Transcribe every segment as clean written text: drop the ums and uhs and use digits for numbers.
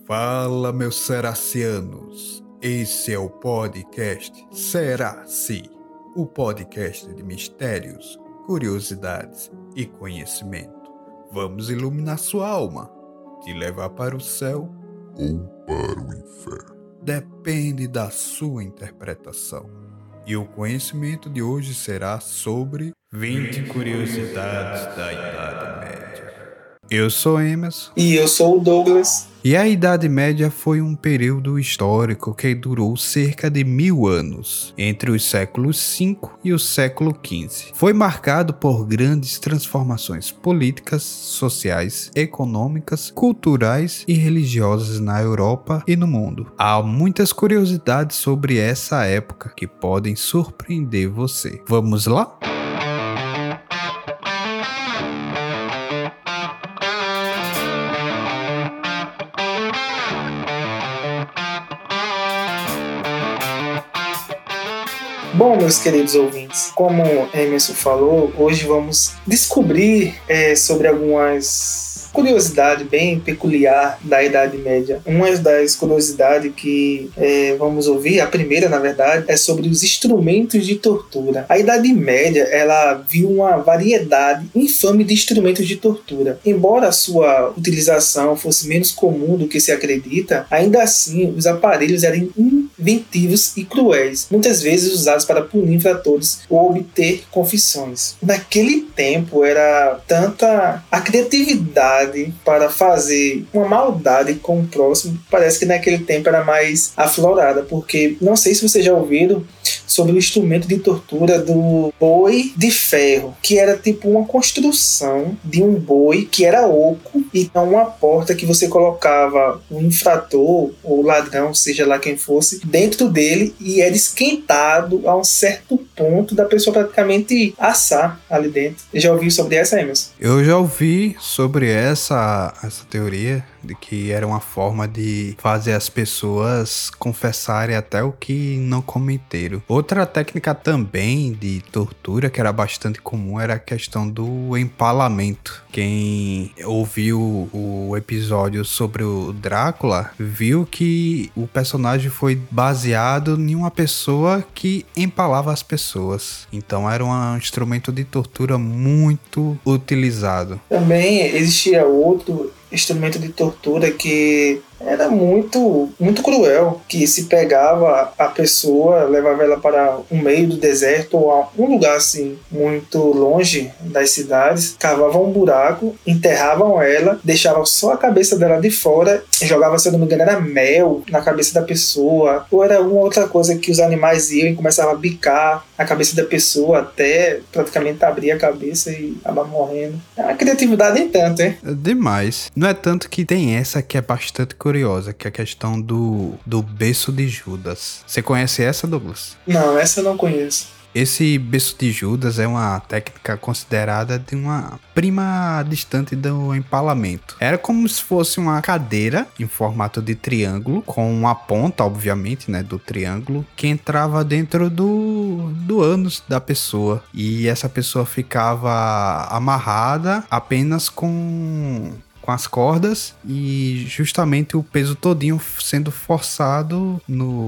Fala, meus seracianos. Esse é o podcast Seraci, o podcast de mistérios, curiosidades e conhecimento. Vamos iluminar sua alma, te levar para o céu ou para o inferno. Depende da sua interpretação. E o conhecimento de hoje será sobre 20 curiosidades da Idade Média. Eu sou Emerson. E eu sou o Douglas. E a Idade Média foi um período histórico que durou cerca de 1000 anos, entre os séculos V e o século XV. Foi marcado por grandes transformações políticas, sociais, econômicas, culturais e religiosas na Europa e no mundo. Há muitas curiosidades sobre essa época que podem surpreender você. Vamos lá? Bom, meus queridos ouvintes, como Emerson falou, hoje vamos descobrir sobre algumas curiosidades bem peculiar da Idade Média. Uma das curiosidades que vamos ouvir, a primeira na verdade, é sobre os instrumentos de tortura. A Idade Média, ela viu uma variedade infame de instrumentos de tortura. Embora a sua utilização fosse menos comum do que se acredita, ainda assim os aparelhos eram inventivos e cruéis, muitas vezes usados para punir infratores ou obter confissões. Naquele tempo era tanta a criatividade para fazer uma maldade com o próximo, parece que naquele tempo era mais aflorada, porque não sei se vocês já ouviram sobre o instrumento de tortura do boi de ferro, que era tipo uma construção de um boi que era oco e uma porta que você colocava um infrator ou ladrão, seja lá quem fosse, dentro dele e era esquentado a um certo ponto da pessoa praticamente assar ali dentro. Já ouviu sobre essa, Emerson? Eu já ouvi sobre essa teoria de que era uma forma de fazer as pessoas confessarem até o que não cometeram. Outra técnica também de tortura que era bastante comum era a questão do empalamento. Quem ouviu o episódio sobre o Drácula viu que o personagem foi baseado em uma pessoa que empalava as pessoas. Então era um instrumento de tortura muito utilizado. Também existia outro instrumento de tortura que era muito cruel, que se pegava a pessoa, levava ela para o meio do deserto ou a um lugar assim muito longe das cidades, cavavam um buraco, enterravam ela, deixavam só a cabeça dela de fora, jogavam, se eu não me engano, era mel na cabeça da pessoa, ou era alguma outra coisa que os animais iam e começavam a bicar a cabeça da pessoa até praticamente abrir a cabeça e acabar morrendo. A criatividade nem tanto, hein? Demais. Não é tanto que tem essa que é bastante curiosa, que é a questão do beiço de Judas. Você conhece essa, Douglas? Não, essa eu não conheço. Esse beiço de Judas é uma técnica considerada de uma prima distante do empalamento. Era como se fosse uma cadeira em formato de triângulo, com uma ponta, obviamente, né, do triângulo, que entrava dentro do ânus da pessoa. E essa pessoa ficava amarrada apenas com as cordas e justamente o peso todinho sendo forçado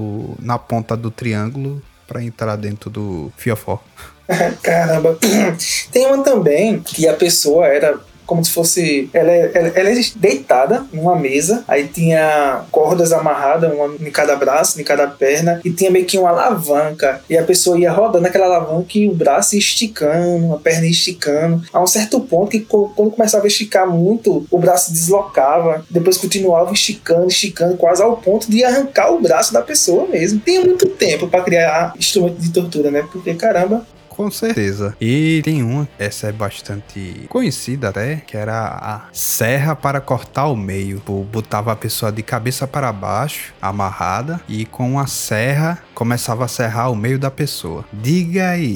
na ponta do triângulo para entrar dentro do fiofó. Caramba. Tem uma também que a pessoa era como se fosse... Ela é deitada numa mesa, aí tinha cordas amarradas, uma em cada braço, em cada perna, e tinha meio que uma alavanca, e a pessoa ia rodando aquela alavanca e o braço ia esticando, a perna ia esticando, a um certo ponto que quando começava a esticar muito, o braço deslocava, depois continuava esticando, quase ao ponto de arrancar o braço da pessoa mesmo. Tinha muito tempo para criar instrumento de tortura, né? Porque, caramba... Com certeza. E tem uma, essa é bastante conhecida até, que era a serra para cortar o meio. Botava a pessoa de cabeça para baixo, amarrada, e com a serra começava a serrar o meio da pessoa. Diga aí.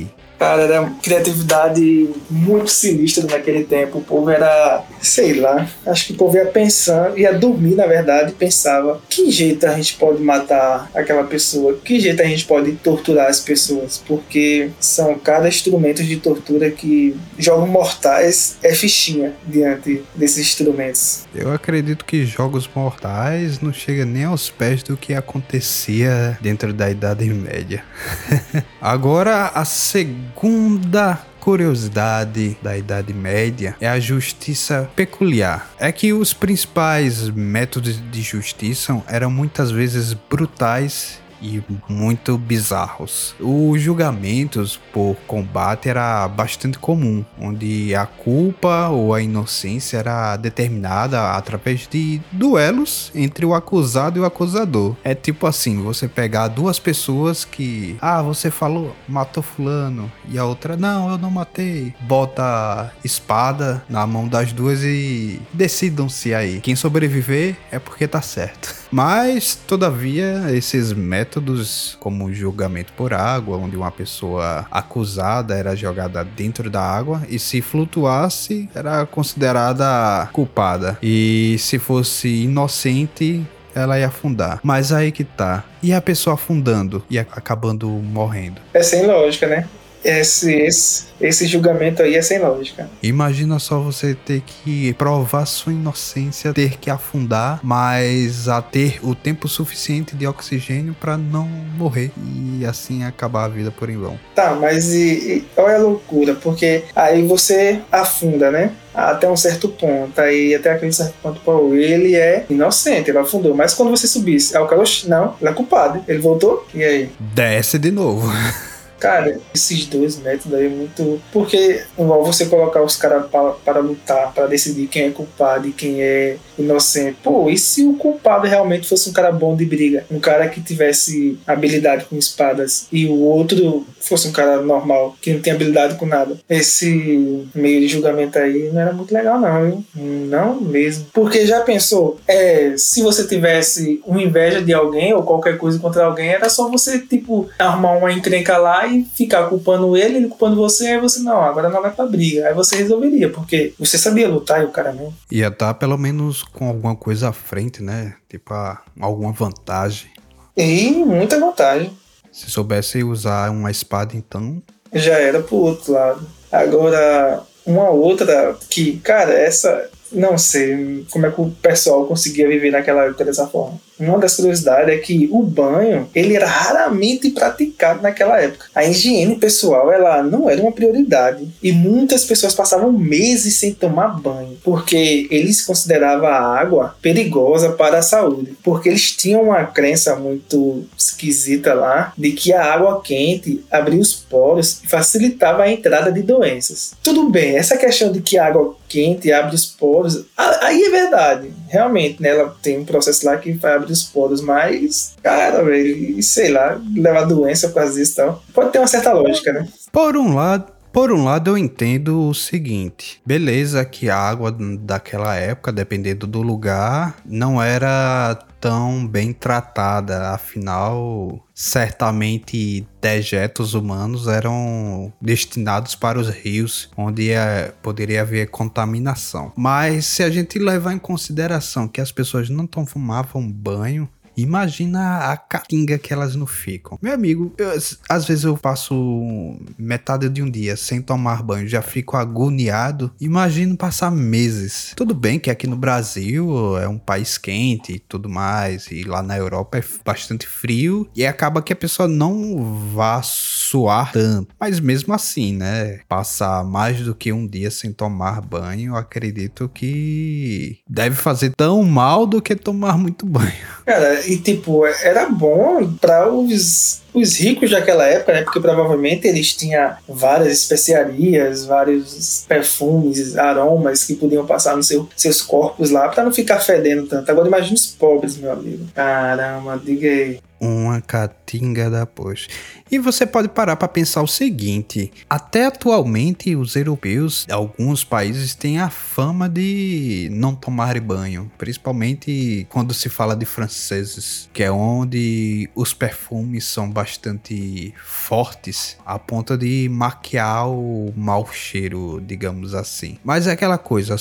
Cara, era uma criatividade muito sinistra naquele tempo. O povo era, sei lá, acho que o povo ia pensando, ia dormir, na verdade, e pensava: que jeito a gente pode matar aquela pessoa? Que jeito a gente pode torturar as pessoas? Porque são cada instrumento de tortura que jogos mortais é fichinha diante desses instrumentos. Eu acredito que jogos mortais não chegam nem aos pés do que acontecia dentro da Idade Média. Agora, a segunda curiosidade da Idade Média é a justiça peculiar. É que os principais métodos de justiça eram muitas vezes brutais e muito bizarros. Os julgamentos por combate era bastante comum, onde a culpa ou a inocência era determinada através de duelos entre o acusado e o acusador. É tipo assim, você pegar duas pessoas que, você falou, matou fulano, e a outra, não, eu não matei. Bota espada na mão das duas e decidam-se aí. Quem sobreviver é porque tá certo. Mas, todavia, esses métodos, como o julgamento por água, onde uma pessoa acusada era jogada dentro da água e se flutuasse, era considerada culpada. E se fosse inocente, ela ia afundar. Mas aí que tá. E a pessoa afundando e acabando morrendo? É sem lógica, né? Esse julgamento aí é sem lógica. Imagina só você ter que provar sua inocência, ter que afundar, mas a ter o tempo suficiente de oxigênio para não morrer e assim acabar a vida por em vão. Tá, mas olha a loucura, porque aí você afunda, né? Até um certo ponto, aí até aquele certo ponto, pô, ele é inocente, ele afundou, mas quando você subisse, o cara, não, ele é culpado, ele voltou, e aí? Desce de novo. Cara, esses dois métodos aí é muito... Porque, igual você colocar os caras para lutar, para decidir quem é culpado e quem é inocente. Pô, e se o culpado realmente fosse um cara bom de briga? Um cara que tivesse habilidade com espadas e o outro fosse um cara normal, que não tem habilidade com nada. Esse meio de julgamento aí não era muito legal não, viu? Não mesmo. Porque já pensou, se você tivesse uma inveja de alguém ou qualquer coisa contra alguém, era só você, tipo, arrumar uma encrenca lá e ficar culpando ele culpando você, aí você, não, agora não vai pra briga. Aí você resolveria, porque você sabia lutar e o cara não. Ia estar pelo menos com alguma coisa à frente, né? Tipo, alguma vantagem. E muita vantagem. Se soubesse usar uma espada, então... já era pro outro lado. Agora, uma outra que, cara, essa... não sei como é que o pessoal conseguia viver naquela época dessa forma. Uma das curiosidades é que o banho, ele era raramente praticado naquela época. A higiene pessoal, ela não era uma prioridade. E muitas pessoas passavam meses sem tomar banho, porque eles consideravam a água perigosa para a saúde. Porque eles tinham uma crença muito esquisita lá, de que a água quente abria os poros e facilitava a entrada de doenças. Tudo bem, essa questão de que a água quente abre os poros, aí é verdade. Realmente, né, ela tem um processo lá que vai abrir os poros, mas, cara, velho, sei lá, levar doença por causa disso e tal. Pode ter uma certa lógica, né? Por um lado, eu entendo o seguinte. Beleza que a água daquela época, dependendo do lugar, não era tão bem tratada. Afinal, certamente dejetos humanos eram destinados para os rios, onde poderia haver contaminação. Mas se a gente levar em consideração que as pessoas não tomavam banho, imagina a caatinga que elas não ficam. Meu amigo, às vezes eu passo metade de um dia sem tomar banho, já fico agoniado. Imagino passar meses. Tudo bem que aqui no Brasil é um país quente e tudo mais, e lá na Europa é bastante frio, e acaba que a pessoa não vá suar tanto. Mas mesmo assim, né, passar mais do que um dia sem tomar banho, eu acredito que deve fazer tão mal do que tomar muito banho. Cara, e tipo, era bom para os ricos daquela época, né? Porque provavelmente eles tinham várias especiarias, vários perfumes, aromas que podiam passar nos seus corpos lá para não ficar fedendo tanto. Agora imagina os pobres, meu amigo. Caramba, diga aí. Uma caatinga da poxa. E você pode parar para pensar o seguinte: até atualmente os europeus, alguns países têm a fama de não tomar banho, principalmente quando se fala de franceses, que é onde os perfumes são bastante fortes, a ponto de maquiar o mau cheiro, digamos assim. Mas é aquela coisa,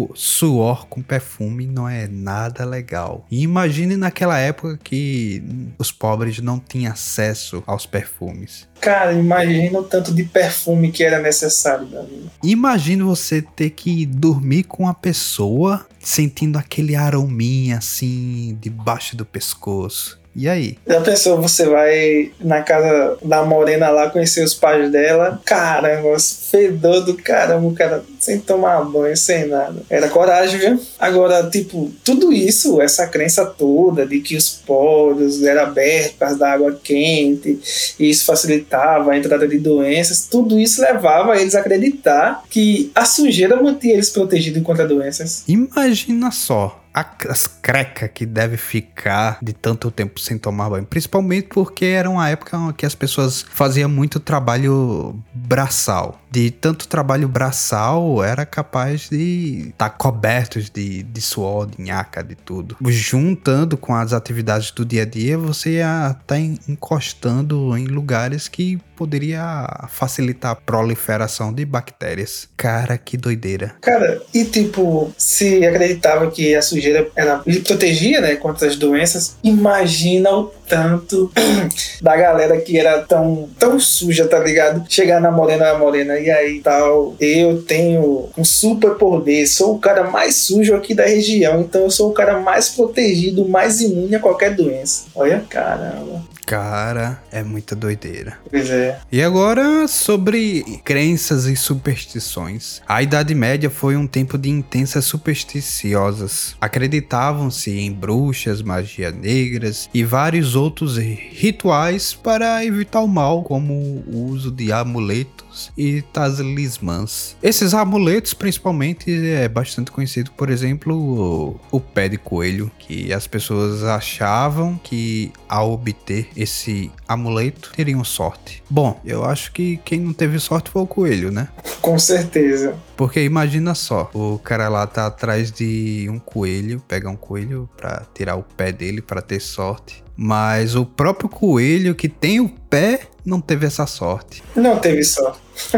suor com perfume não é nada legal. E imagine naquela época que os pobres não tinham acesso aos perfumes. Cara, imagina o tanto de perfume que era necessário, meu amigo. Imagina você ter que dormir com uma pessoa sentindo aquele arominha assim debaixo do pescoço. E aí? Já pensou, você vai na casa da morena lá conhecer os pais dela? Caramba, fedor do caramba, o cara sem tomar banho, sem nada. Era coragem, viu? Agora, tipo, tudo isso, essa crença toda de que os poros eram abertos por causa da água quente, e isso facilitava a entrada de doenças, tudo isso levava eles a acreditar que a sujeira mantinha eles protegidos contra doenças. Imagina só. As crecas que deve ficar de tanto tempo sem tomar banho. Principalmente porque era uma época que as pessoas faziam muito trabalho braçal. De tanto trabalho braçal, era capaz de estar cobertos de suor, de nhaca, de tudo. Juntando com as atividades do dia a dia, você ia estar encostando em lugares que poderia facilitar a proliferação de bactérias. Cara, que doideira. Cara, e tipo, se acreditava que a sujeira lhe protegia, né, contra as doenças, imagina o tanto da galera que era tão suja, tá ligado? Chegar na morena, e aí tal, eu tenho um super poder, sou o cara mais sujo aqui da região, então eu sou o cara mais protegido, mais imune a qualquer doença. Olha, caramba. Cara, é muita doideira. Pois é. E agora, sobre crenças e superstições. A Idade Média foi um tempo de intensas supersticiosas. Acreditavam-se em bruxas, magia negras e vários outros rituais para evitar o mal, como o uso de amuletos e talismãs. Esses amuletos, principalmente, é bastante conhecido, por exemplo, o pé de coelho, que as pessoas achavam que ao obter esse amuleto teriam sorte. Bom, eu acho que quem não teve sorte foi o coelho, né? Com certeza. Porque imagina só, o cara lá tá atrás de um coelho, pega um coelho pra tirar o pé dele pra ter sorte. Mas o próprio coelho que tem o pé não teve essa sorte. Não teve sorte.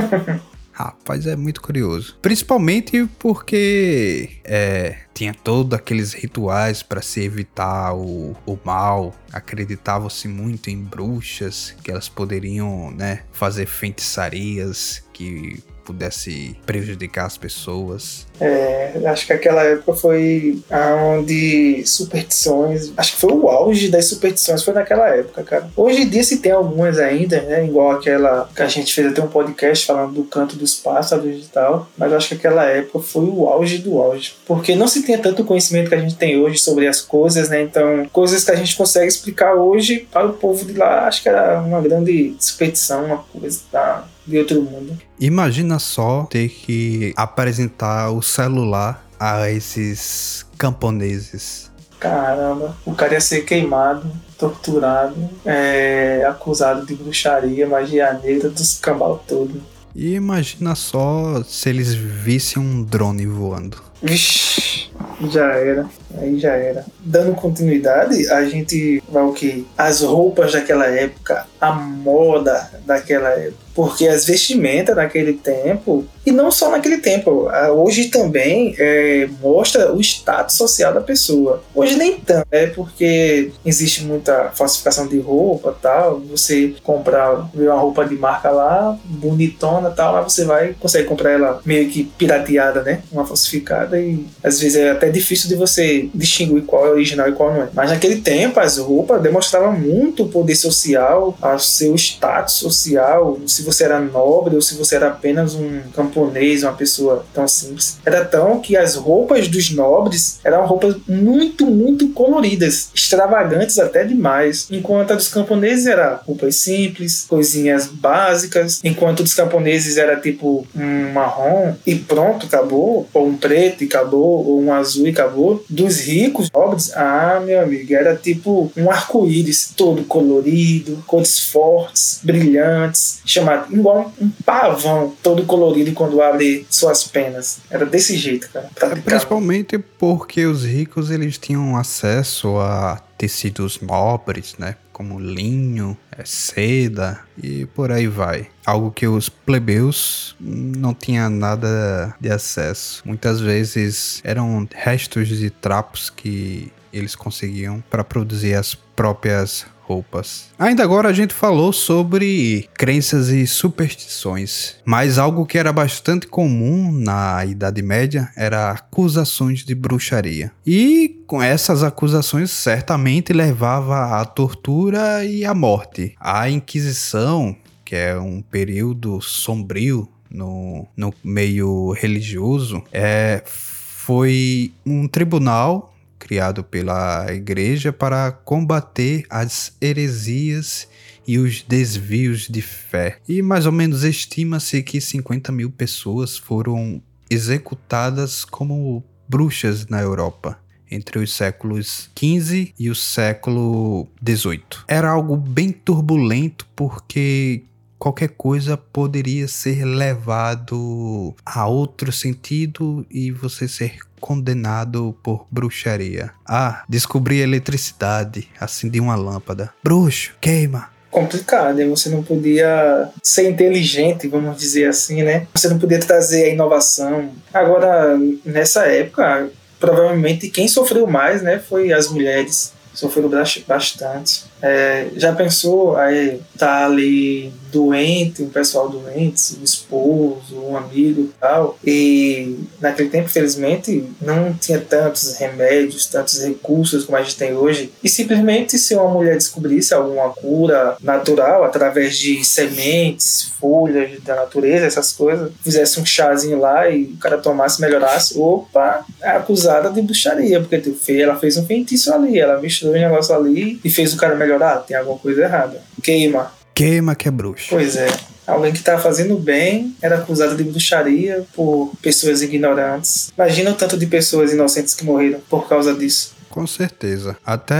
Rapaz, é muito curioso. Principalmente porque tinha todos aqueles rituais para se evitar o mal. Acreditava-se muito em bruxas, que elas poderiam, né, fazer feitiçarias que pudesse prejudicar as pessoas. Acho que aquela época foi onde superstições, acho que foi o auge das superstições, foi naquela época, cara. Hoje em dia se tem algumas ainda, né, igual aquela que a gente fez até um podcast falando do canto dos pássaros e tal, mas acho que aquela época foi o auge do auge, porque não se tinha tanto conhecimento que a gente tem hoje sobre as coisas, né, então coisas que a gente consegue explicar hoje para o povo de lá, acho que era uma grande superstição, uma coisa de outro mundo. Imagina só ter que apresentar o celular a esses camponeses. Caramba, o cara ia ser queimado, torturado, acusado de bruxaria, magia negra, dos cambal todo. E imagina só se eles vissem um drone voando. Vixe, já era. Aí já era. Dando continuidade, a gente vai o quê? As roupas daquela época, a moda daquela época. Porque as vestimentas naquele tempo, e não só naquele tempo, hoje também mostra o status social da pessoa. Hoje nem tanto, porque existe muita falsificação de roupa e tal. Você vê uma roupa de marca lá, bonitona e tal, lá você consegue comprar ela meio que pirateada, né? Uma falsificada, e às vezes é até difícil de você distinguir qual é original e qual não é. Mas naquele tempo as roupas demonstravam muito o poder social, o seu status social, se você era nobre ou se você era apenas um camponês, uma pessoa tão simples. Era tão que as roupas dos nobres eram roupas muito, muito coloridas, extravagantes até demais, enquanto a dos camponeses era roupas simples, coisinhas básicas, enquanto dos camponeses era tipo um marrom e pronto, acabou, ou um preto e acabou, ou um azul e acabou. Dos ricos, pobres, meu amigo, era tipo um arco-íris todo colorido, cores fortes, brilhantes, chamado igual um pavão todo colorido quando abre suas penas. Era desse jeito, cara. Principalmente porque os ricos, eles tinham acesso a tecidos nobres, né? Como linho, seda e por aí vai. Algo que os plebeus não tinham nada de acesso. Muitas vezes eram restos de trapos que eles conseguiam para produzir as próprias roupas. Ainda agora a gente falou sobre crenças e superstições, mas algo que era bastante comum na Idade Média era acusações de bruxaria. E com essas acusações certamente levava à tortura e à morte. A Inquisição, que é um período sombrio no meio religioso, foi um tribunal criado pela igreja para combater as heresias e os desvios de fé. E mais ou menos estima-se que 50 mil pessoas foram executadas como bruxas na Europa entre os séculos XV e o século XVIII. Era algo bem turbulento porque qualquer coisa poderia ser levado a outro sentido e você ser condenado por bruxaria. Descobri eletricidade, acendi uma lâmpada. Bruxo, queima. Complicado, e você não podia ser inteligente, vamos dizer assim, né? Você não podia trazer a inovação. Agora, nessa época, provavelmente quem sofreu mais, né, foi as mulheres. Sofreram bastante. Já pensou aí tá ali doente, um pessoal doente, um esposo, um amigo e tal, e naquele tempo, infelizmente, não tinha tantos remédios, tantos recursos como a gente tem hoje, e simplesmente se uma mulher descobrisse alguma cura natural através de sementes, folhas da natureza, essas coisas, fizesse um chazinho lá e o cara tomasse, melhorasse, é acusada de bruxaria, porque ela fez um feitiço ali, ela misturou um negócio ali e fez o cara melhorar. Tem alguma coisa errada. Queima que é bruxo. Pois é. Alguém que estava fazendo bem era acusado de bruxaria por pessoas ignorantes. Imagina o tanto de pessoas inocentes que morreram por causa disso. Com certeza.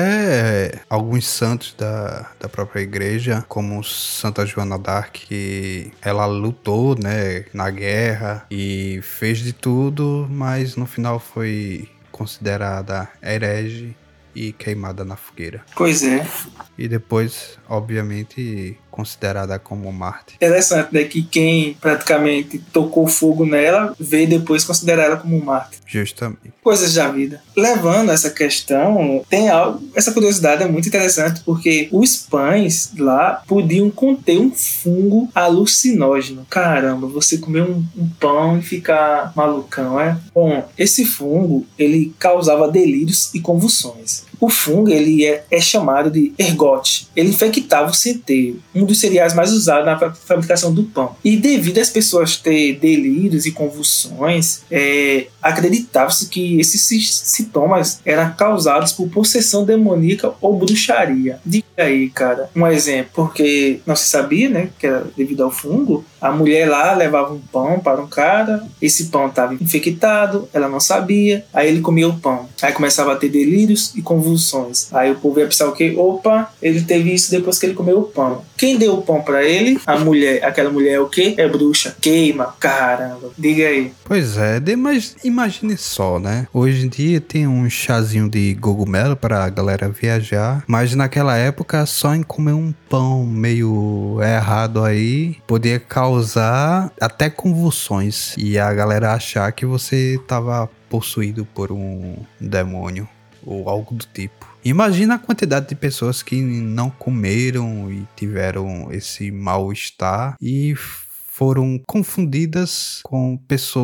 Até alguns santos da própria igreja, como Santa Joana d'Arc, que ela lutou, né, na guerra e fez de tudo, mas no final foi considerada herege e queimada na fogueira. Pois é. E depois, obviamente, considerada como mártir. Interessante, né? Que quem praticamente tocou fogo nela veio depois considerar ela como mártir. Justamente. Coisas da vida. Levando essa questão, essa curiosidade é muito interessante, porque os pães lá podiam conter um fungo alucinógeno. Caramba, você comer um pão e ficar malucão, é? Bom, esse fungo, ele causava delírios e convulsões. O fungo, ele é chamado de ergote. Ele infectava o centeio, um dos cereais mais usados na fabricação do pão. E devido às pessoas ter delírios e convulsões, acreditava-se que esses sintomas eram causados por possessão demoníaca ou bruxaria. Diga aí, cara, um exemplo. Porque não se sabia, né, que era devido ao fungo. A mulher lá levava um pão para um cara, esse pão estava infectado, ela não sabia, aí ele comia o pão. Aí começava a ter delírios e convulsões. Aí o povo ia pensar o quê? Opa, ele teve isso depois que ele comeu o pão. Quem deu o pão para ele? A mulher. Aquela mulher é o quê? É bruxa. Queima. Caramba. Diga aí. Pois é, mas imagine só, né? Hoje em dia tem um chazinho de cogumelo para a galera viajar, mas naquela época só em comer um pão meio errado aí podia causar até convulsões e a galera achar que você tava possuído por um demônio ou algo do tipo. Imagina a quantidade de pessoas que não comeram e tiveram esse mal-estar e foram confundidas com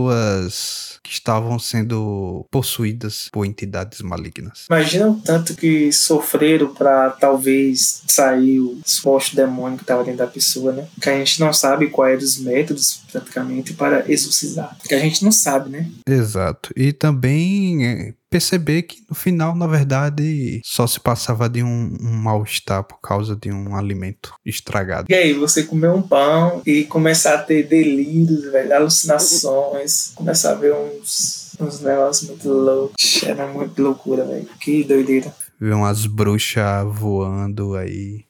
pessoas que estavam sendo possuídas por entidades malignas. Imagina o tanto que sofreram para talvez sair o suposto demônio que estava dentro da pessoa, né? Que a gente não sabe quais eram os métodos, praticamente, para exorcizar. Que a gente não sabe, né? Exato. E também perceber que no final, na verdade, só se passava de um mal-estar por causa de um alimento estragado. E aí, você comer um pão e começar a ter delírios, velho, alucinações, começar a ver uns Uns negócios muito loucos. Era muito loucura, velho. Que doideira. Ver umas bruxas voando aí.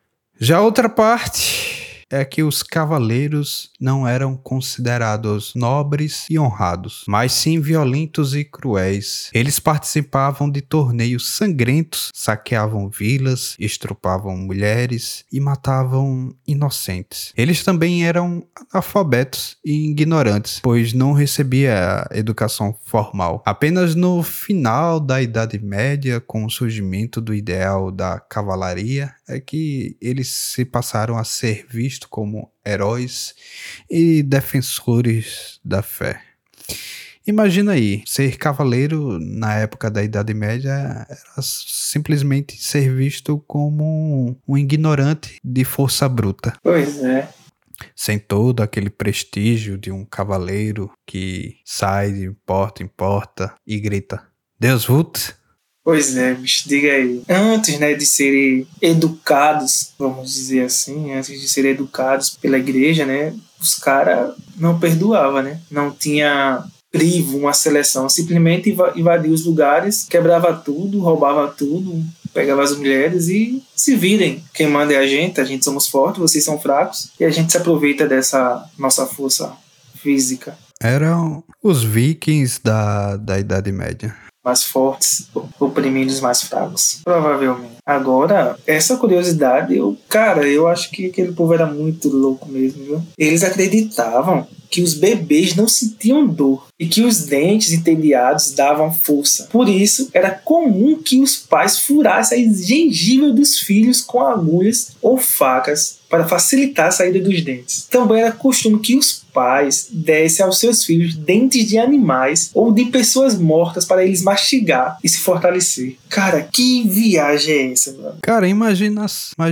Já outra parte é que os cavaleiros não eram considerados nobres e honrados, mas sim violentos e cruéis. Eles participavam de torneios sangrentos, saqueavam vilas, estrupavam mulheres e matavam inocentes. Eles também eram analfabetos e ignorantes, pois não recebia educação formal. Apenas no final da Idade Média, com o surgimento do ideal da cavalaria, é que eles se passaram a ser vistos como heróis e defensores da fé. Imagina aí, ser cavaleiro na época da Idade Média era simplesmente ser visto como um ignorante de força bruta. Pois é. Sem todo aquele prestígio de um cavaleiro que sai de porta em porta e grita: Deus vult! Pois é, bicho, diga aí. Antes, né, de serem educados, vamos dizer assim, antes de serem educados pela igreja, né, os caras não perdoavam, né? Não tinha crivo, uma seleção. Simplesmente invadia os lugares, quebrava tudo, roubava tudo, pegava as mulheres e se virem. Quem manda é a gente somos fortes, vocês são fracos, e a gente se aproveita dessa nossa força física. Eram os vikings da Idade Média. Mais fortes, oprimindo os mais fracos. Provavelmente. Agora, essa curiosidade, eu acho que aquele povo era muito louco mesmo, viu? Eles acreditavam que os bebês não sentiam dor e que os dentes entediados davam força. Por isso, era comum que os pais furassem a gengiva dos filhos com agulhas ou facas para facilitar a saída dos dentes. Também era costume que os pais dessem aos seus filhos dentes de animais ou de pessoas mortas para eles mastigar e se fortalecer. Cara, que viagem é essa, mano? Cara, imagina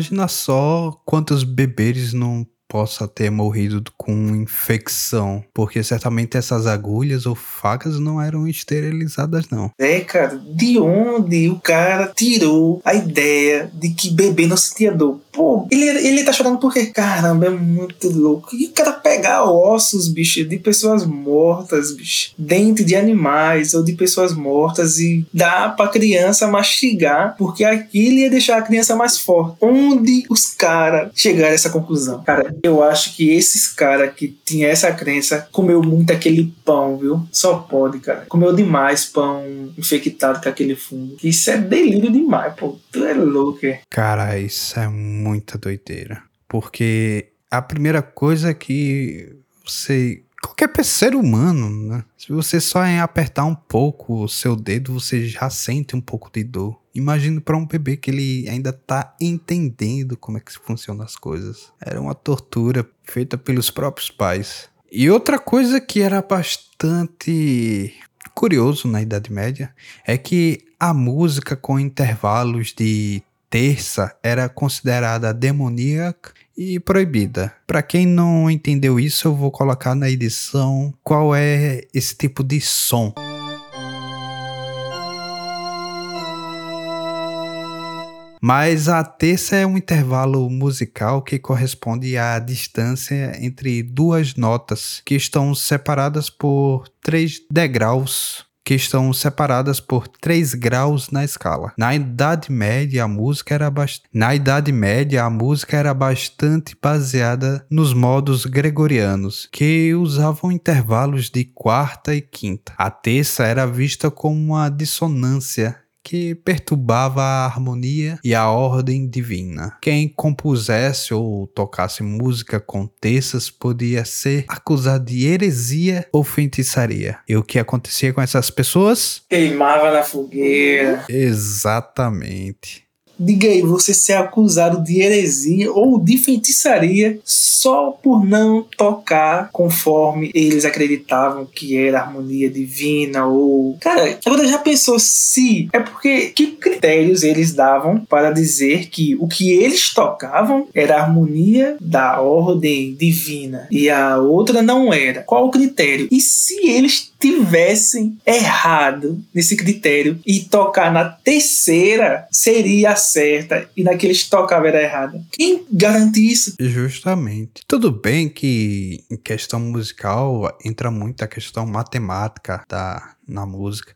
só quantos bebês não possa ter morrido com infecção, porque certamente essas agulhas ou facas não eram esterilizadas, não. É, cara, de onde o cara tirou a ideia de que bebê não sentia dor? Pô, ele tá chorando porque, caramba, é muito louco. E o cara pegar ossos, bicho, de pessoas mortas, bicho, dente de animais ou de pessoas mortas e dar pra criança mastigar, porque aquilo ia deixar a criança mais forte. Onde os caras chegaram a essa conclusão? Cara, eu acho que esses caras que tinham essa crença comeu muito aquele pão, viu? Só pode, cara. Comeu demais pão infectado com aquele fungo. Isso é delírio demais, pô. Tu é louco, é. Cara, isso é muita doideira. Porque a primeira coisa é que qualquer ser humano, né? Se você só apertar um pouco o seu dedo, você já sente um pouco de dor. Imagina para um bebê que ele ainda tá entendendo como é que funcionam as coisas. Era uma tortura feita pelos próprios pais. E outra coisa que era bastante curioso na Idade Média é que a música com intervalos de terça era considerada demoníaca e proibida. Para quem não entendeu isso, eu vou colocar na edição qual é esse tipo de som. Mas a terça é um intervalo musical que corresponde à distância entre duas notas que estão separadas por 3 degraus, que estão separadas por 3 graus na escala. Na Idade Média, a música era bastante baseada nos modos gregorianos, que usavam intervalos de quarta e quinta. A terça era vista como uma dissonância que perturbava a harmonia e a ordem divina. Quem compusesse ou tocasse música com terças podia ser acusado de heresia ou feitiçaria. E o que acontecia com essas pessoas? Queimava na fogueira. Exatamente. Diga aí, você ser acusado de heresia ou de feitiçaria só por não tocar conforme eles acreditavam que era harmonia divina ou... Cara, agora já pensou se... É porque que critérios eles davam para dizer que o que eles tocavam era a harmonia da ordem divina e a outra não era? Qual o critério? E se eles tivessem errado nesse critério e tocar na terceira seria a certa e na que eles tocavam era errada? Quem garante isso? Justamente. Tudo bem que em questão musical entra muito a questão matemática na música.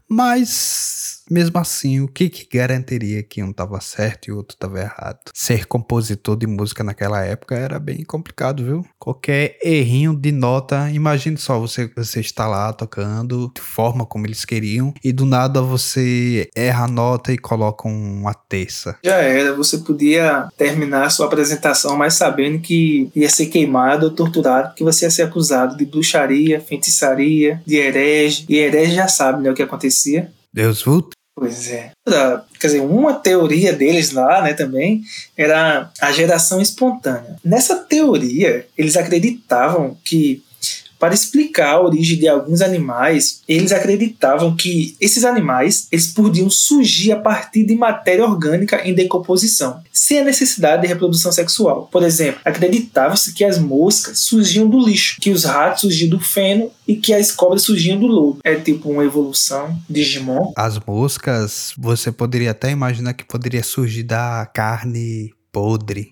Mas, mesmo assim, o que garantiria que um estava certo e o outro estava errado? Ser compositor de música naquela época era bem complicado, viu? Qualquer errinho de nota, imagine só, você está lá tocando de forma como eles queriam e do nada você erra a nota e coloca uma terça. Já era, você podia terminar a sua apresentação, mas sabendo que ia ser queimado ou torturado, que você ia ser acusado de bruxaria, feitiçaria, de herege. E herege já sabe, né, o que acontecia. Deus vult. Pois é. Quer dizer, uma teoria deles lá, né, também, era a geração espontânea. Nessa teoria, eles acreditavam que, para explicar a origem de alguns animais, eles acreditavam que esses animais eles podiam surgir a partir de matéria orgânica em decomposição, sem a necessidade de reprodução sexual. Por exemplo, acreditava-se que as moscas surgiam do lixo, que os ratos surgiam do feno e que as cobras surgiam do lodo. É tipo uma evolução Digimon. As moscas, você poderia até imaginar que poderia surgir da carne podre.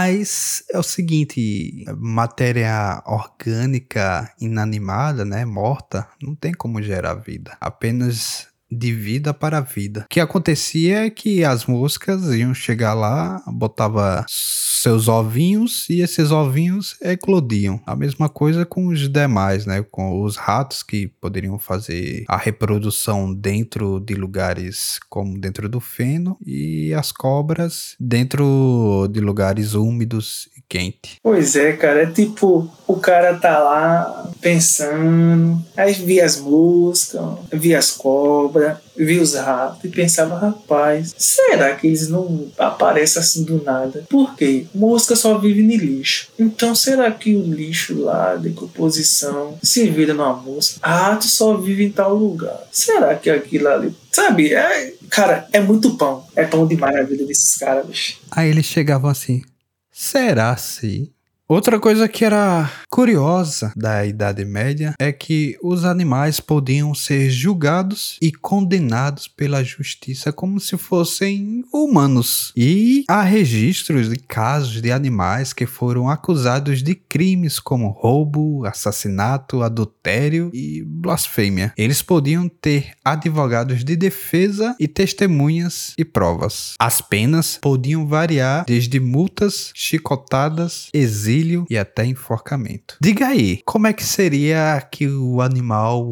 Mas é o seguinte, matéria orgânica inanimada, né, morta, não tem como gerar vida. Apenas de vida para vida. O que acontecia é que as moscas iam chegar lá, botava seus ovinhos e esses ovinhos eclodiam. A mesma coisa com os demais, né? Com os ratos que poderiam fazer a reprodução dentro de lugares como dentro do feno e as cobras dentro de lugares úmidos e quentes. Pois é, cara, é tipo, o cara tá lá pensando, aí via as moscas, via as cobras, via os ratos e pensava, rapaz, será que eles não aparecem assim do nada? Por quê? Mosca só vive no lixo. Então será que o lixo lá, decomposição, se vira numa mosca? Rato só vive em tal lugar. Será que aquilo ali... Sabe, cara, é muito pão. É pão demais na vida desses caras, bicho. Aí eles chegavam assim, será se... Outra coisa que era curiosa da Idade Média é que os animais podiam ser julgados e condenados pela justiça como se fossem humanos. E há registros de casos de animais que foram acusados de crimes como roubo, assassinato, adultério e blasfêmia. Eles podiam ter advogados de defesa e testemunhas e provas. As penas podiam variar desde multas, chicotadas, exílio e até enforcamento. Diga aí, como é que seria que o animal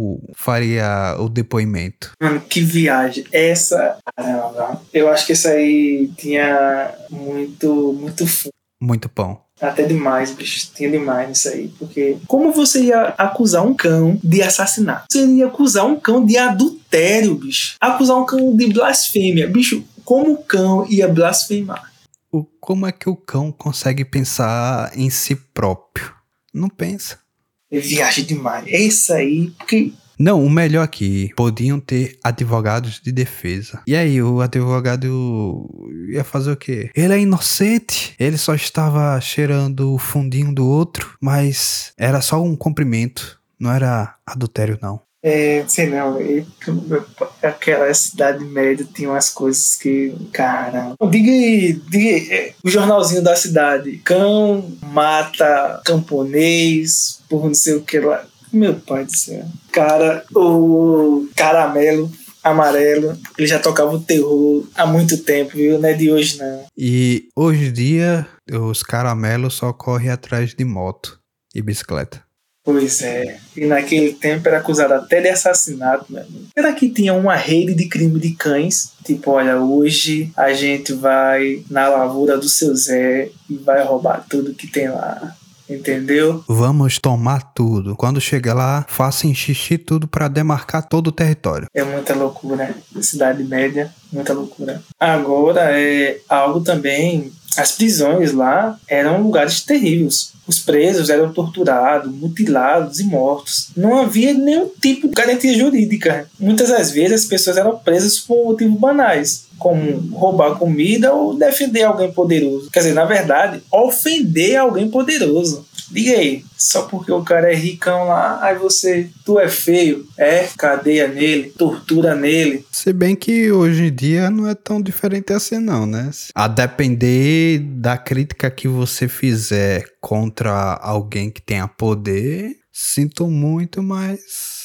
faria o depoimento? Mano, que viagem. Caramba. Eu acho que essa aí tinha muito fundo. Muito pão. Até demais, bicho. Tinha demais nisso aí. Porque como você ia acusar um cão de assassinato? Você ia acusar um cão de adultério, bicho. Acusar um cão de blasfêmia. Bicho, como o cão ia blasfemar? Como é que o cão consegue pensar em si próprio? Não pensa. Viagem demais. É isso aí, porque... Não, o melhor aqui, podiam ter advogados de defesa. E aí, o advogado ia fazer o quê? Ele é inocente, ele só estava cheirando o fundinho do outro, mas era só um cumprimento, não era adultério não. Sei não, aquela cidade média tinha umas coisas que, caramba. Diga aí, o jornalzinho da cidade, cão mata camponês por não sei o que lá. Meu pai do céu. Cara, o caramelo amarelo, ele já tocava o terror há muito tempo, viu? Não é de hoje não. E hoje em dia, os caramelos só correm atrás de moto e bicicleta. Pois é, e naquele tempo era acusado até de assassinato, né? Será que tinha uma rede de crime de cães? Tipo, olha, hoje a gente vai na lavoura do seu Zé e vai roubar tudo que tem lá, entendeu? Vamos tomar tudo. Quando chega lá, façam xixi tudo para demarcar todo o território. É muita loucura, Cidade Média, muita loucura. Agora é algo também... As prisões lá eram lugares terríveis. Os presos eram torturados, mutilados e mortos. Não havia nenhum tipo de garantia jurídica. Muitas das vezes as pessoas eram presas por motivos banais, como roubar comida ou defender alguém poderoso. Quer dizer, na verdade, ofender alguém poderoso. Diga aí, só porque o cara é ricão lá, aí tu é feio, cadeia nele, tortura nele. Se bem que hoje em dia não é tão diferente assim não, né? A depender da crítica que você fizer contra alguém que tenha poder, sinto muito, mas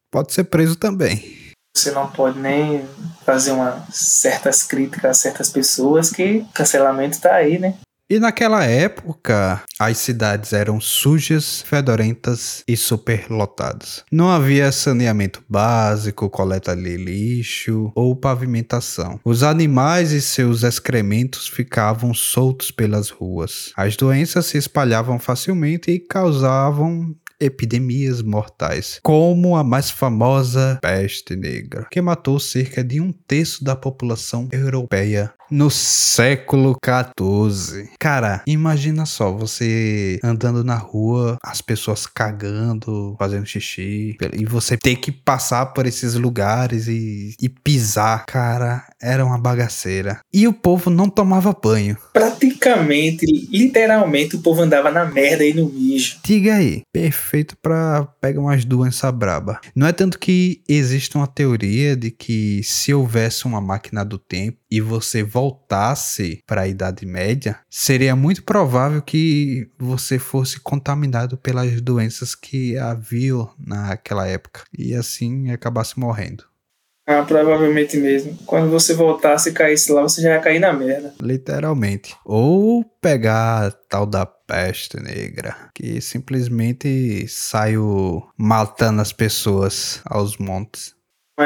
pode ser preso também. Você não pode nem fazer certas críticas a certas pessoas, que o cancelamento tá aí, né? E naquela época, as cidades eram sujas, fedorentas e superlotadas. Não havia saneamento básico, coleta de lixo ou pavimentação. Os animais e seus excrementos ficavam soltos pelas ruas. As doenças se espalhavam facilmente e causavam epidemias mortais, como a mais famosa peste negra, que matou cerca de 1/3 da população europeia no século XIV. Cara, imagina só, você andando na rua, as pessoas cagando, fazendo xixi, e você ter que passar por esses lugares e pisar. Cara, era uma bagaceira. E o povo não tomava banho. Praticamente, literalmente, o povo andava na merda e no mijo. Diga aí, perfeito pra pegar umas doenças braba. Não é tanto que existe uma teoria de que se houvesse uma máquina do tempo e você voltasse para a Idade Média, seria muito provável que você fosse contaminado pelas doenças que haviam naquela época e assim acabasse morrendo. Ah, provavelmente mesmo. Quando você voltasse e caísse lá, você já ia cair na merda. Literalmente. Ou pegar a tal da peste negra, que simplesmente saiu matando as pessoas aos montes.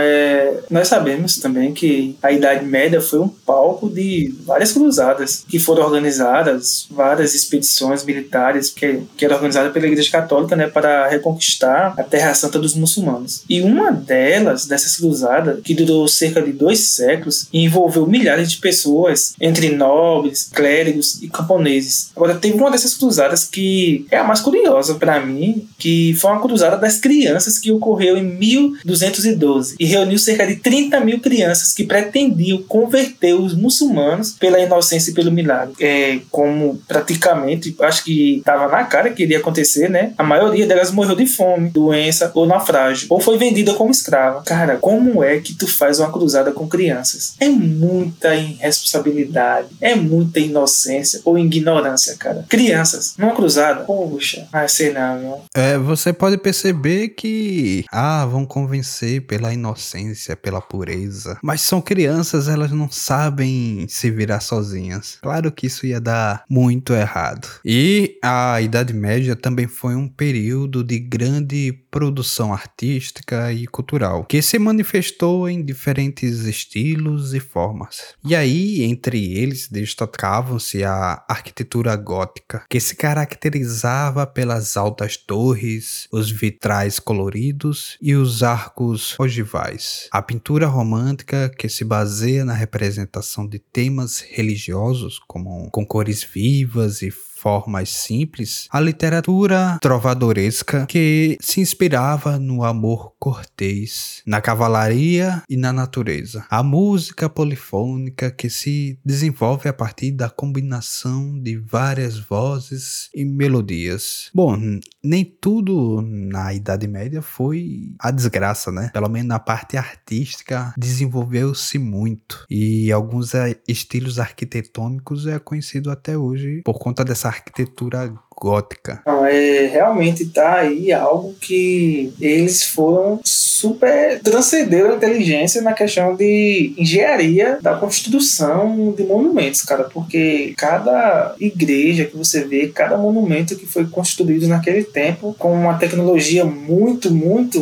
Nós sabemos também que a Idade Média foi um palco de várias cruzadas que foram organizadas, várias expedições militares que eram organizadas pela Igreja Católica, né, para reconquistar a Terra Santa dos muçulmanos. E uma dessas cruzadas, que durou cerca de 2 séculos e envolveu milhares de pessoas, entre nobres, clérigos e camponeses. Agora, teve uma dessas cruzadas que é a mais curiosa para mim, que foi uma cruzada das crianças que ocorreu em 1212. E reuniu cerca de 30 mil crianças que pretendiam converter os muçulmanos pela inocência e pelo milagre. Como praticamente, acho que estava na cara que iria acontecer, né? A maioria delas morreu de fome, doença ou naufrágio, ou foi vendida como escrava. Cara, como é que tu faz uma cruzada com crianças? É muita irresponsabilidade, é muita inocência ou ignorância, cara. Crianças, numa cruzada, poxa, sei não, viu? Você pode perceber que, vão convencer pela inocência, pela pureza. Mas são crianças, elas não sabem se virar sozinhas. Claro que isso ia dar muito errado. E a Idade Média também foi um período de grande produção artística e cultural, que se manifestou em diferentes estilos e formas. E aí, entre eles, destacavam-se a arquitetura gótica, que se caracterizava pelas altas torres, os vitrais coloridos e os arcos ogivais. A pintura romântica, que se baseia na representação de temas religiosos, como com cores vivas e formas simples, a literatura trovadoresca, que se inspirava no amor cortês, na cavalaria e na natureza. A música polifônica, que se desenvolve a partir da combinação de várias vozes e melodias. Bom, nem tudo na Idade Média foi a desgraça, né? Pelo menos na parte artística desenvolveu-se muito, e alguns estilos arquitetônicos é conhecido até hoje por conta dessa arquitetura gótica. Não, realmente tá aí algo que eles foram transcenderam a inteligência na questão de engenharia da construção de monumentos, cara, porque cada igreja que você vê, cada monumento que foi construído naquele tempo com uma tecnologia muito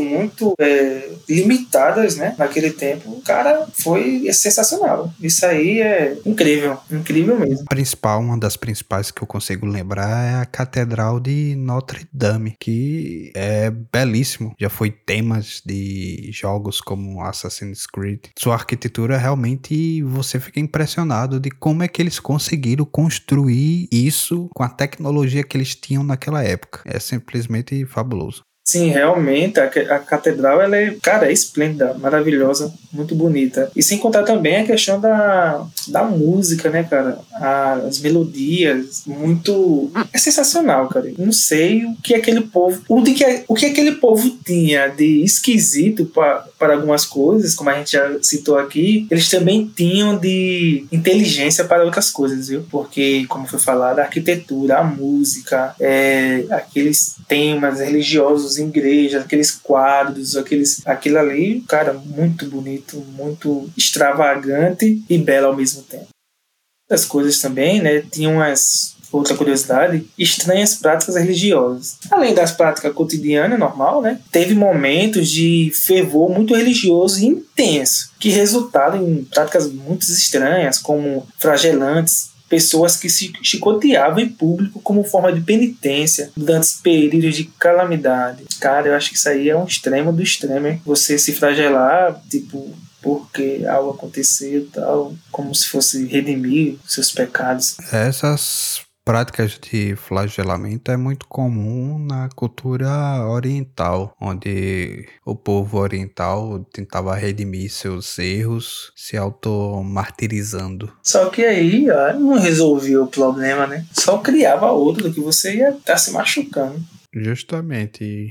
limitadas, né, naquele tempo, cara, foi sensacional. Isso aí é incrível mesmo. Uma das principais que eu consigo lembrar é a Catedral de Notre Dame, que é belíssimo. Já foi temas de jogos como Assassin's Creed. Sua arquitetura realmente, você fica impressionado de como é que eles conseguiram construir isso com a tecnologia que eles tinham naquela época. É simplesmente fabuloso. Sim, realmente, a catedral, ela é esplêndida, maravilhosa, muito bonita. E sem contar também a questão da música, né, cara? As melodias, é sensacional, cara. Não sei o que aquele povo... O que aquele povo tinha de esquisito para algumas coisas, como a gente já citou aqui, eles também tinham de inteligência para outras coisas, viu? Porque, como foi falado, a arquitetura, a música, aqueles temas religiosos templos, igrejas, aqueles quadros, aquilo ali, cara, muito bonito, muito extravagante e belo ao mesmo tempo. As coisas também, né, tinham outra curiosidade, estranhas práticas religiosas. Além das práticas cotidianas, normal, né? Teve momentos de fervor muito religioso e intenso, que resultaram em práticas muito estranhas, como flagelantes, pessoas que se chicoteavam em público como forma de penitência durante períodos de calamidade. Cara, eu acho que isso aí é um extremo do extremo, hein? Você se flagelar, tipo, porque algo aconteceu e tal, como se fosse redimir seus pecados. Essas práticas de flagelamento é muito comum na cultura oriental, onde o povo oriental tentava redimir seus erros se auto-martirizando. Só que aí, ó, não resolvia o problema, né? Só criava outro que você ia estar se machucando. Justamente.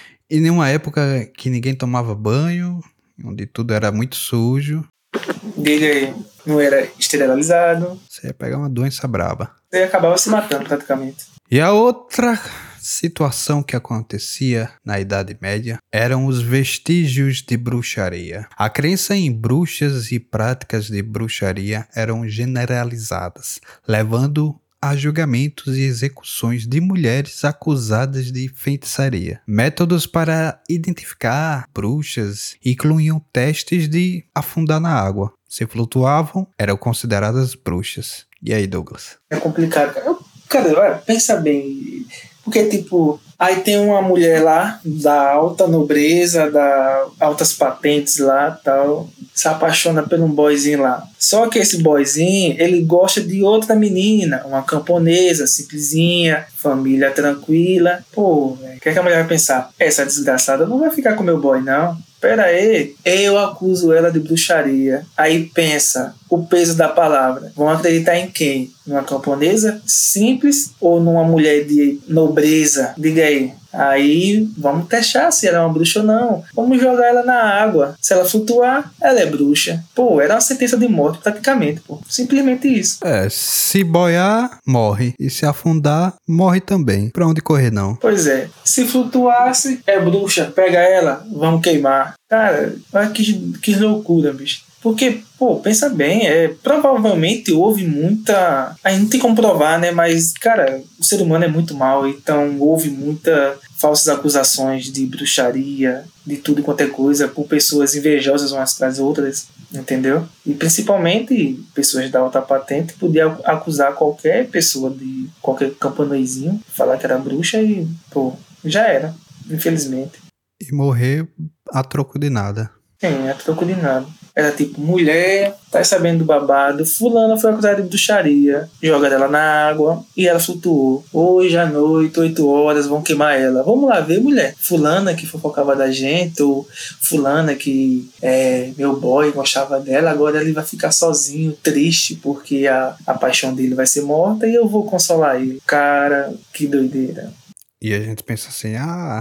E numa época que ninguém tomava banho, onde tudo era muito sujo, Diga aí, não era esterilizado, você ia pegar uma doença braba. você acabava se matando praticamente. E a outra situação que acontecia na Idade Média eram os vestígios de bruxaria. A crença em bruxas e práticas de bruxaria eram generalizadas, levando a julgamentos e execuções de mulheres acusadas de feitiçaria. Métodos para identificar bruxas incluíam testes de afundar na água. Se flutuavam, eram consideradas bruxas. E aí, Douglas? É complicado, cara. Cara, pensa bem. Porque, tipo, aí tem uma mulher lá, da alta nobreza, da altas patentes lá, tal, se apaixona por um boyzinho lá. Só que esse boyzinho, ele gosta de outra menina, uma camponesa, simplesinha, família tranquila. Pô, o que a mulher vai pensar? Essa desgraçada não vai ficar com meu boy, não. Pera aí, eu acuso ela de bruxaria. Aí pensa, o peso da palavra. Vão acreditar em quem? Numa camponesa simples ou numa mulher de nobreza? Diga aí. Aí vamos testar se ela é uma bruxa ou não. Vamos jogar ela na água. Se ela flutuar, ela é bruxa. Pô, era uma sentença de morte praticamente, pô. Simplesmente isso. Se boiar, morre. E se afundar, morre também. Pra onde correr, não? Pois é. Se flutuasse, é bruxa. Pega ela, vamos queimar. Cara, olha que loucura, bicho. Porque, pô, pensa bem, provavelmente houve muita... A gente não tem como provar, né? Mas, cara, o ser humano é muito mau, então houve muita falsas acusações de bruxaria, de tudo quanto é coisa, por pessoas invejosas umas das outras, entendeu? E principalmente pessoas da alta patente podiam acusar qualquer pessoa de qualquer camponêsinho, falar que era bruxa e, pô, já era, infelizmente. E morrer a troco de nada. A troco de nada. Era tipo, mulher, tá sabendo do babado, fulana foi acusada de bruxaria, joga ela na água e ela flutuou. Hoje à noite, 8 horas, vão queimar ela. Vamos lá ver, mulher. Fulana que fofocava da gente, ou fulana que meu boy gostava dela, agora ele vai ficar sozinho, triste, porque a paixão dele vai ser morta e eu vou consolar ele. Cara, que doideira. E a gente pensa assim,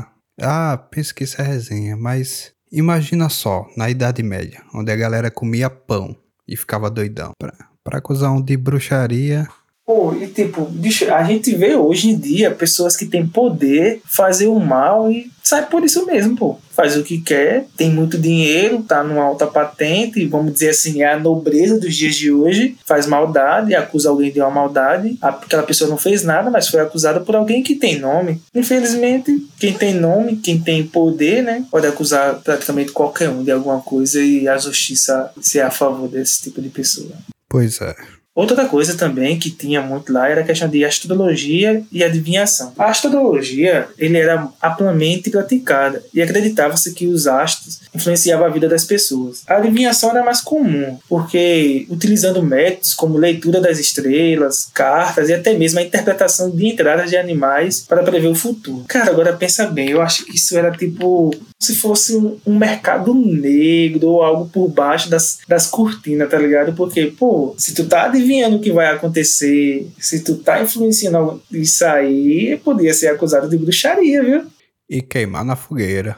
pensa que isso é resenha, mas... Imagina só, na Idade Média, onde a galera comia pão e ficava doidão. Pra acusar um de bruxaria... Pô, e tipo, bicho, a gente vê hoje em dia pessoas que têm poder fazer o mal e sai por isso mesmo, pô. Faz o que quer, tem muito dinheiro, tá numa alta patente, vamos dizer assim, é a nobreza dos dias de hoje, faz maldade, acusa alguém de uma maldade, aquela pessoa não fez nada, mas foi acusada por alguém que tem nome. Infelizmente, quem tem nome, quem tem poder, né, pode acusar praticamente qualquer um de alguma coisa e a justiça ser a favor desse tipo de pessoa. Pois é. Outra coisa também que tinha muito lá era a questão de astrologia e adivinhação. A astrologia ele era amplamente praticada e acreditava-se que os astros influenciavam a vida das pessoas. A adivinhação era mais comum, porque utilizando métodos como leitura das estrelas, cartas e até mesmo a interpretação de entradas de animais para prever o futuro. Cara, agora pensa bem, eu acho que isso era tipo se fosse um mercado negro ou algo por baixo das cortinas, tá ligado? Porque, pô, se tu tá adivinhando o que vai acontecer, se tu tá influenciando isso aí, podia ser acusado de bruxaria, viu? E queimar na fogueira.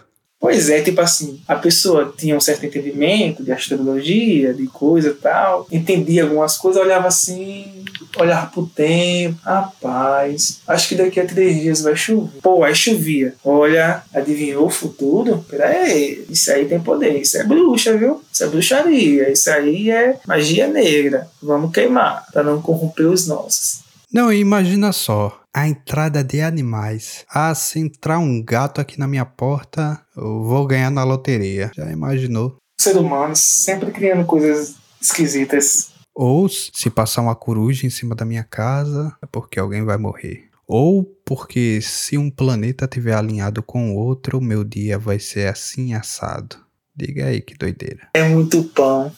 Pois é, tipo assim, a pessoa tinha um certo entendimento de astrologia, de coisa e tal, entendia algumas coisas, olhava assim, olhava pro tempo, rapaz, acho que daqui a 3 dias vai chover. Pô, aí chovia. Olha, adivinhou o futuro? Peraí, isso aí tem poder, isso é bruxa, viu? Isso é bruxaria, isso aí é magia negra. Vamos queimar, pra não corromper os nossos. Não, imagina só, a entrada de animais. Ah, se entrar um gato aqui na minha porta, eu vou ganhar na loteria. Já imaginou? O ser humano sempre criando coisas esquisitas. Ou se passar uma coruja em cima da minha casa, é porque alguém vai morrer. Ou porque se um planeta estiver alinhado com o outro, o meu dia vai ser assim assado. Diga aí que doideira. É muito pão.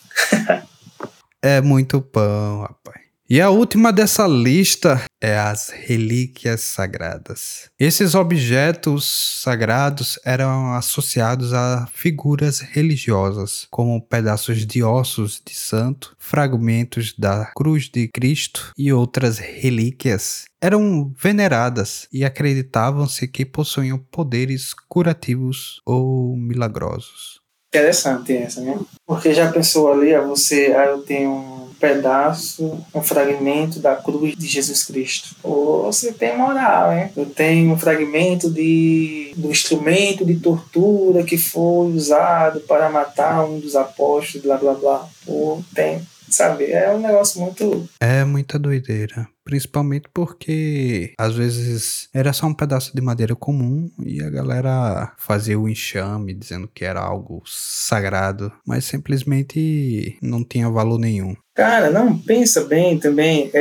É muito pão, rapaz. E a última dessa lista é as relíquias sagradas. Esses objetos sagrados eram associados a figuras religiosas, como pedaços de ossos de santo, fragmentos da cruz de Cristo e outras relíquias. Eram veneradas e acreditavam-se que possuíam poderes curativos ou milagrosos. Interessante essa, né? Porque já pensou ali, eu tenho um pedaço, um fragmento da cruz de Jesus Cristo. Ou você tem moral, hein? Eu tenho um fragmento do instrumento de tortura que foi usado para matar um dos apóstolos, blá blá blá. Ou tem, sabe? É um negócio muito... É muita doideira. Principalmente porque às vezes era só um pedaço de madeira comum e a galera fazia o enxame dizendo que era algo sagrado, mas simplesmente não tinha valor nenhum. Cara, não, pensa bem também,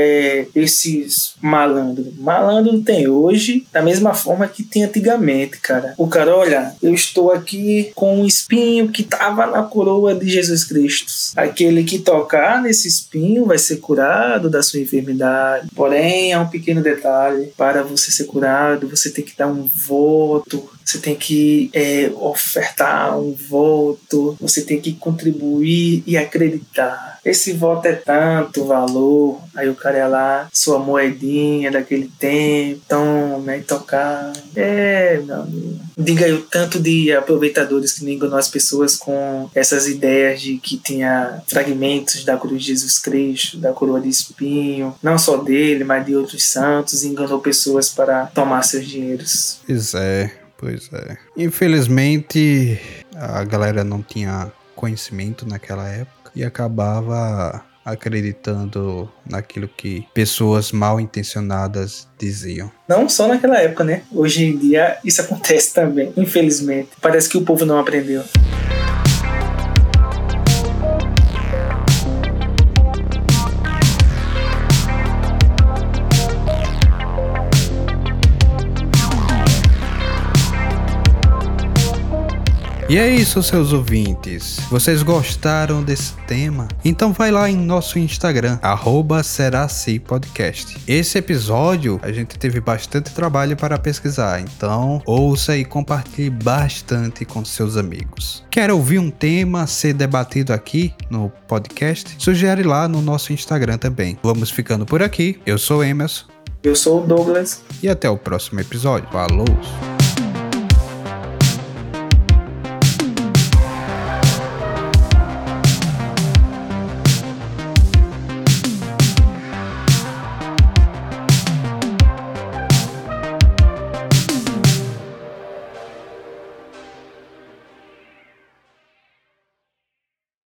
esses malandros. Malandro tem hoje da mesma forma que tem antigamente, cara. O cara, olha, eu estou aqui com um espinho que estava na coroa de Jesus Cristo. Aquele que tocar nesse espinho vai ser curado da sua enfermidade. Porém, há um pequeno detalhe. Para você ser curado, você tem que dar um voto. Você tem que ofertar um voto. Você tem que contribuir e acreditar. Esse voto é tanto valor. Aí o cara é lá, sua moedinha daquele tempo, toma e tocar. Meu amigo. Diga aí o tanto de aproveitadores que enganam as pessoas com essas ideias de que tinha fragmentos da cruz de Jesus Cristo, da coroa de espinho, não só dele, mas de outros santos, e enganou pessoas para tomar seus dinheiros. Pois é. Infelizmente, a galera não tinha conhecimento naquela época e acabava acreditando naquilo que pessoas mal intencionadas diziam. Não só naquela época, né? Hoje em dia isso acontece também, infelizmente. Parece que o povo não aprendeu. E é isso, seus ouvintes. Vocês gostaram desse tema? Então vai lá em nosso Instagram, @serasipodcast. Esse episódio a gente teve bastante trabalho para pesquisar, então ouça e compartilhe bastante com seus amigos. Quer ouvir um tema ser debatido aqui no podcast? Sugere lá no nosso Instagram também. Vamos ficando por aqui. Eu sou Emerson. Eu sou o Douglas. E até o próximo episódio. Falou!